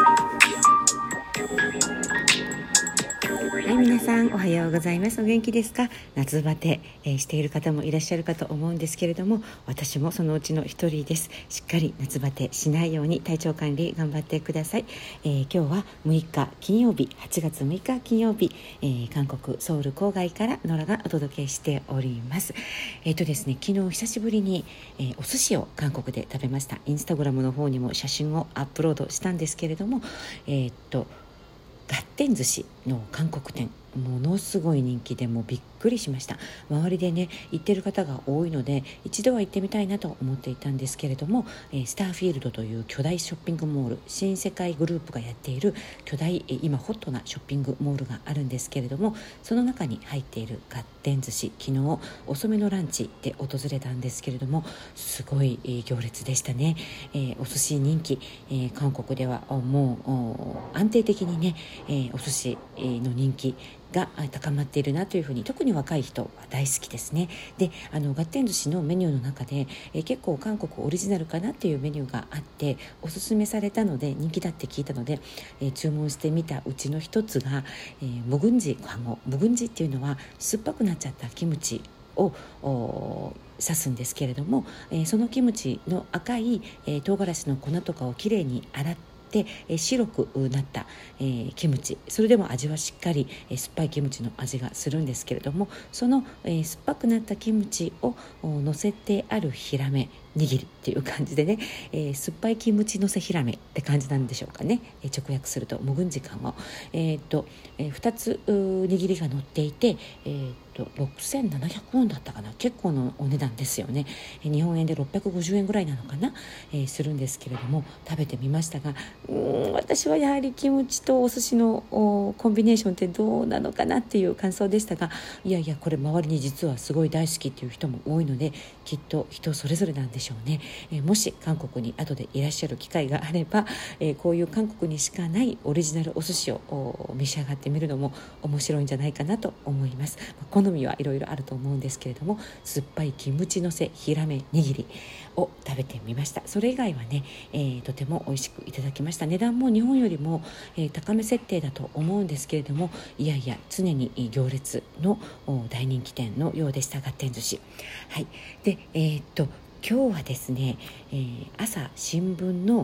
はい、皆さんおはようございます。お元気ですか？夏バテ、している方もいらっしゃるかと思うんですけれども、私もそのうちの一人です。しっかり夏バテしないように体調管理頑張ってください。今日は6日金曜日、8月6日金曜日、韓国ソウル郊外からノラがお届けしております。ですね、昨日久しぶりに、お寿司を韓国で食べました。インスタグラムの方にも写真をアップロードしたんですけれども、ガッテン寿司の韓国店、ものすごい人気でもうびっくりしました。周りでね行ってる方が多いので一度は行ってみたいなと思っていたんですけれども、スターフィールドという巨大ショッピングモール、新世界グループがやっている巨大、今ホットなショッピングモールがあるんですけれども、その中に入っているガッテン寿司、昨日遅めのランチで訪れたんですけれども、すごい行列でしたね。お寿司人気、韓国ではもう安定的にね、お寿司の人気が高まっているなというふうに、特に若い人は大好きですね。で、ガッテン寿司のメニューの中で、結構韓国オリジナルかなっていうメニューがあっておすすめされたので、人気だって聞いたので、注文してみたうちの一つが、ムグンジっていうのは酸っぱくなっちゃったキムチを指すんですけれども、そのキムチの赤い、唐辛子の粉とかをきれいに洗って白くなった、キムチ、それでも味はしっかり、酸っぱいキムチの味がするんですけれども、その、酸っぱくなったキムチを乗せてあるヒラメ握りっていう感じでね、酸っぱいキムチ乗せヒラメって感じなんでしょうかね、直訳するとムグンジカンを、2つ握りが乗っていて、6700ウォンだったかな、結構のお値段ですよね。日本円で650円ぐらいなのかな、するんですけれども、食べてみましたが、私はやはりキムチとお寿司のコンビネーションってどうなのかなっていう感想でしたが、いやいや、これ周りに実はすごい大好きっていう人も多いので、きっと人それぞれなんでしょうね。もし韓国に後でいらっしゃる機会があれば、こういう韓国にしかないオリジナルお寿司を召し上がってみるのも面白いんじゃないかなと思います。好みはいろいろあると思うんですけれども、酸っぱいキムチのせヒラメ握りを食べてみました。それ以外はね、とても美味しくいただきました。値段も日本よりも、高め設定だと思うんですけれども、いやいや常に行列の大人気店のようでした。ガッテン寿司。はい。で、今日はですね、朝新聞の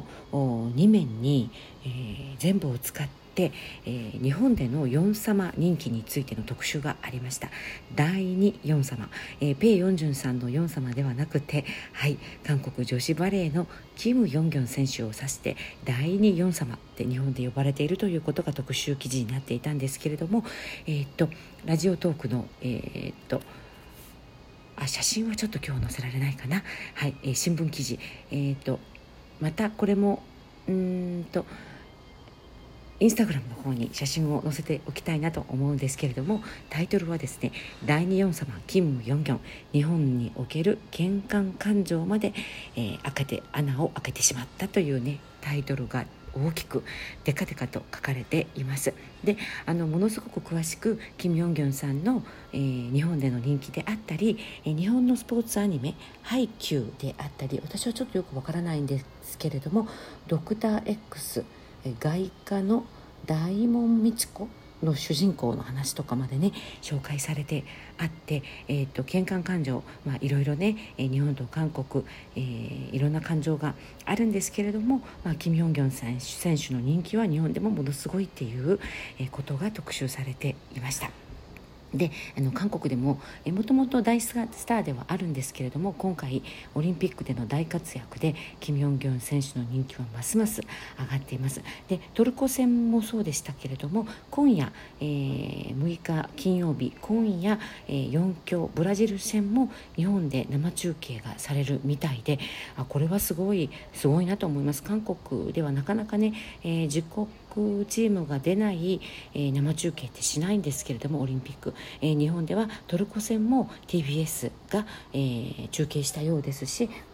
2面に、全部を使って日本でのヨン様人気についての特集がありました。第2ヨン様、ペイヨンジュンさんのヨン様ではなくて、はい、韓国女子バレーのキム・ヨンギョン選手を指して第2ヨン様って日本で呼ばれているということが特集記事になっていたんですけれども、ラジオトークの写真はちょっと今日載せられないかな。はい、新聞記事、またこれもインスタグラムの方に写真を載せておきたいなと思うんですけれども、タイトルはですね、第二ヨン様キム・ヨンギョン、日本における玄関感情まで、穴を開けてしまったというね、タイトルが大きくデカデカと書かれています。で、ものすごく詳しくキム・ヨンギョンさんの、日本での人気であったり、日本のスポーツアニメハイキューであったり、私はちょっとよくわからないんですけれども、ドクター X、外科の大門みち子の主人公の話とかまでね紹介されてあって、喧嘩感情、いろいろね、日本と韓国、いろんな感情があるんですけれども、キム・ヨンギョン選手の人気は日本でもものすごいっていう、ことが特集されていました。で、韓国でももともと大スターではあるんですけれども、今回オリンピックでの大活躍でキム・ヨンギョン選手の人気はますます上がっています。で、トルコ戦もそうでしたけれども、今夜、6日金曜日、今夜、4強ブラジル戦も日本で生中継がされるみたいで、これはすごいなと思います。韓国ではなかなかね、自国チームが出ない、生中継ってしないんですけれども、オリンピック、日本ではトルコ戦も TBS が、中継したようですし、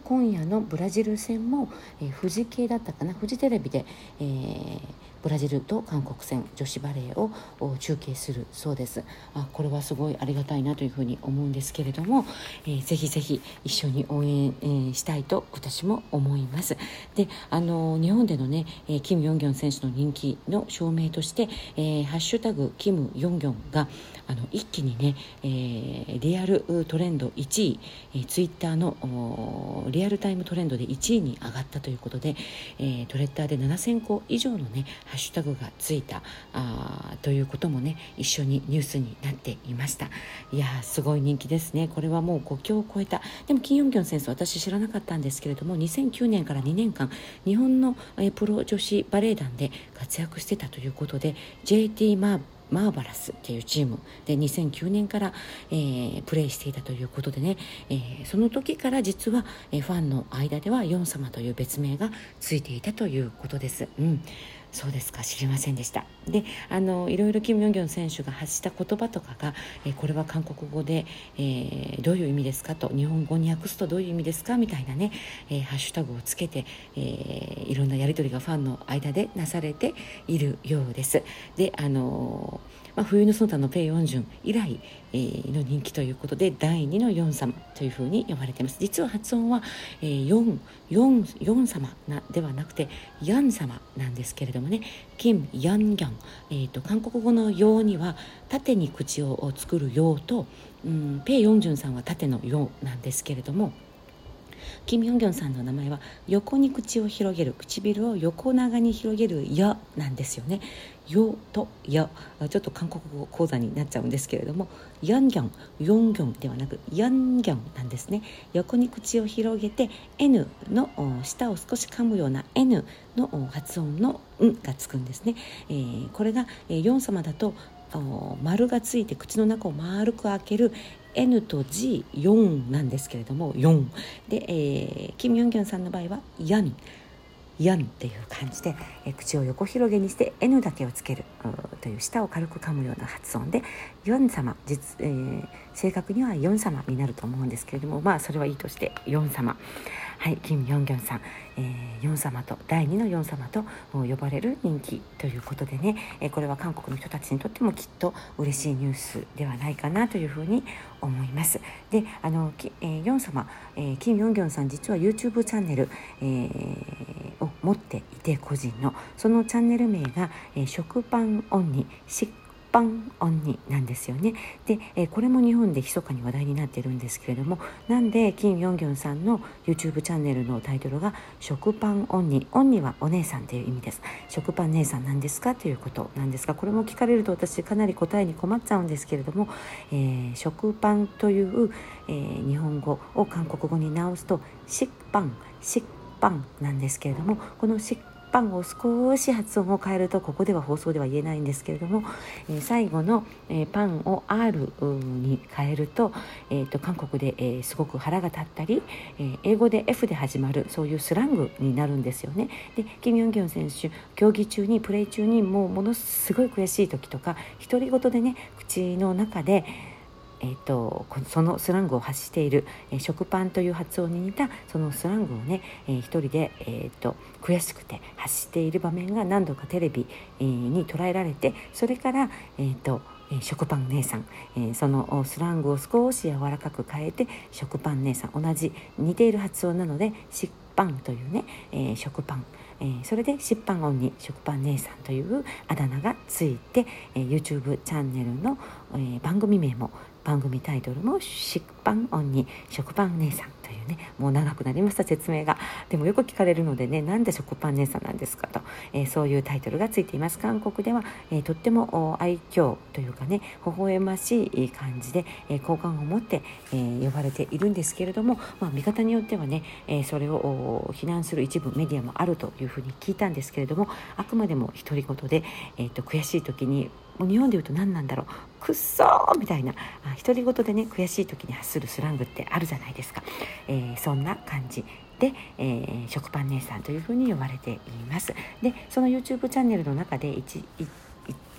今夜のブラジル戦も、フジ系だったかな、フジテレビで、ブラジルと韓国戦女子バレーを中継するそうです。これはすごいありがたいなというふうに思うんですけれども、ぜひぜひ一緒に応援、したいと私も思います。で、日本でのね、キム・ヨンギョン選手の人気の証明として、ハッシュタグキム・ヨンギョンが一気にね、リアルトレンド1位、ツイッターのリアルタイムトレンドで1位に上がったということで、トレッダーで7000個以上のねハッシュタグがついたということもね一緒にニュースになっていました。いやすごい人気ですね。これはもう国境を超えた。でもキム・ヨンギョン選手、私知らなかったんですけれども、2009年から2年間日本のプロ女子バレー団で活躍してたということで、 JT マーバラスっていうチームで2009年から、プレーしていたということでね、その時から実は、ファンの間ではヨン様という別名がついていたということです。そうですか、知りませんでした。で、いろいろキム・ヨンギョン選手が発した言葉とかが、これは韓国語で、どういう意味ですかと、日本語に訳すとどういう意味ですかみたいなね、ハッシュタグをつけて、いろんなやり取りがファンの間でなされているようです。で、冬のソナタのペイ・ヨンジュン以来、の人気ということで第2のヨン様というふうに呼ばれています。実は発音は、ヨン様ではなくてヤン様なんですけれどもね、キム・ヤンギョン、韓国語のヨには縦に口を作るヨと、ペイ・ヨンジュンさんは縦のヨなんですけれども、キム・ヨンギョンさんの名前は横に口を広げる、唇を横長に広げるヨなんですよね。ヨとヨ、ちょっと韓国語講座になっちゃうんですけれども、ヨンギョン、ヨンギョンではなくヨンギョンなんですね。横に口を広げて N の舌を少し噛むような N の発音のんがつくんですね。これがヨン様だと丸がついて口の中を丸く開ける N と G4 なんですけれども、4で、キム・ヨンギョンさんの場合はヤンっていう感じで、口を横広げにして N だけをつけるという舌を軽く噛むような発音でヨン様、正確にはヨン様になると思うんですけれども、それはいいとしてヨン様、はい、キム・ヨンギョンさん、ヨン様と第2のヨン様と呼ばれる人気ということでね、これは韓国の人たちにとってもきっと嬉しいニュースではないかなというふうに思います。で、ヨン様、キム・ヨンギョンさん実は YouTube チャンネル、を持っていて、個人のそのチャンネル名が、食パンオンに食パンオンになんですよね。で、これも日本で密かに話題になっているんですけれども、なんでキム・ヨンギョンさんの YouTube チャンネルのタイトルが食パンオンにはお姉さんという意味です。食パン姉さんなんですかということなんですが、これも聞かれると私かなり答えに困っちゃうんですけれども、食パンという、日本語を韓国語に直すと食パンなんですけれども、この食パンを少し発音を変えると、ここでは放送では言えないんですけれども、最後の、パンを R に変えると、韓国で、すごく腹が立ったり、英語で F で始まるそういうスラングになるんですよね。で、キム・ヨンギョン選手、競技中にプレー中にものすごい悔しい時とか独り言でね、口の中でそのスラングを発している、食パンという発音に似たそのスラングをね、一人で、悔しくて発している場面が何度かテレビ、に捉えられて、それから、食パン姉さん、そのスラングを少し柔らかく変えて食パン姉さん、同じ似ている発音なので食パンというね、食パン、それで食パンオンに食パン姉さんというあだ名がついて、YouTube チャンネルの、番組名も番組タイトルも食パンオンに食パン姉さんというね、もう長くなりました説明が。でもよく聞かれるのでね、なんで食パン姉さんなんですかと、そういうタイトルがついています。韓国では、とっても愛嬌というかね、微笑ましい感じで、好感を持って、呼ばれているんですけれども、見方によってはね、それを非難する一部メディアもあるというふうに聞いたんですけれども、あくまでも独り言で、悔しい時に、もう日本で言うと何なんだろう、くっそーみたいな独り言でね、悔しい時に発するスラングってあるじゃないですか。そんな感じで、食パン姉さんというふうに呼ばれています。で、その YouTube チャンネルの中で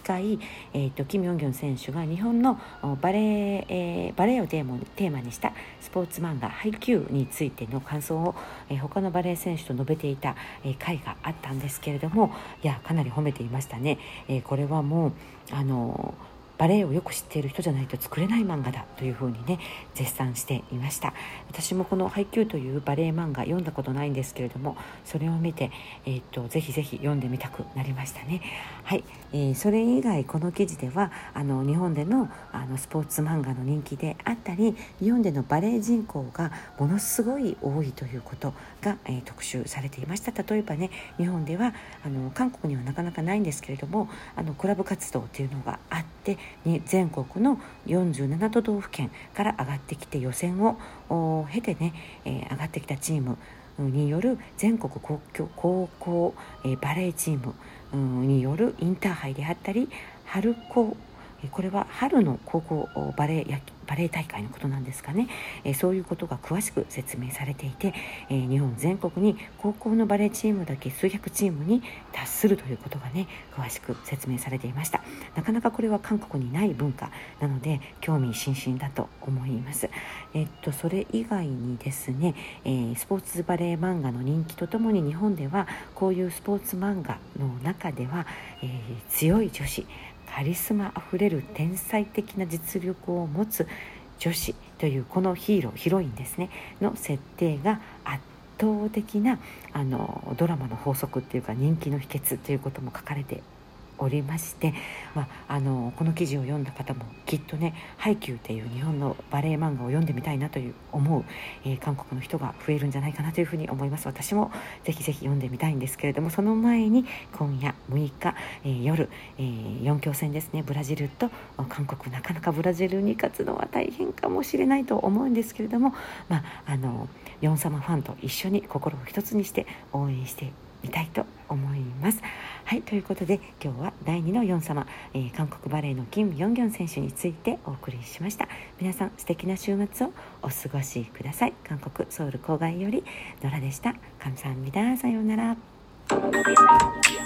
近い、キム・ヨンギョン選手が日本のバレエをテーマにしたスポーツ漫画ハイキューについての感想を、他のバレエ選手と述べていた、回があったんですけれども、いやかなり褒めていましたね。これはもうバレエをよく知っている人じゃないと作れない漫画だというふうにね絶賛していました。私もこのハイキューというバレエ漫画読んだことないんですけれども、それを見て、ぜひぜひ読んでみたくなりましたね。はい、それ以外この記事では日本でのスポーツ漫画の人気であったり、日本でのバレエ人口がものすごい多いということが、特集されていました。例えばね、日本では韓国にはなかなかないんですけれども、クラブ活動というのがあって全国の47都道府県から上がってきて予選を経てね、上がってきたチームによる全国高校バレーチームによるインターハイであったり、春高、これは春の高校バレー大会のことなんですかね。そういうことが詳しく説明されていて、日本全国に高校のバレーチームだけ数百チームに達するということがね詳しく説明されていました。なかなかこれは韓国にない文化なので興味津々だと思います。それ以外にですね、スポーツバレー漫画の人気とともに日本ではこういうスポーツ漫画の中では、強い女子、カリスマあふれる天才的な実力を持つ女子というこのヒロインですねの設定が圧倒的なドラマの法則っていうか人気の秘訣ということも書かれておりまして、この記事を読んだ方もきっとねハイキューっていう日本のバレエ漫画を読んでみたいなという思う、韓国の人が増えるんじゃないかなというふうに思います。私もぜひぜひ読んでみたいんですけれども、その前に今夜6日、夜、4強戦ですね、ブラジルと韓国、なかなかブラジルに勝つのは大変かもしれないと思うんですけれども、ヨン様ファンと一緒に心を一つにして応援してみたいと思います。はい、ということで今日は第2のヨン様、韓国バレーのキム・ヨンギョン選手についてお送りしました。皆さん素敵な週末をお過ごしください。韓国ソウル郊外よりノラでした。감사합니다。さようなら。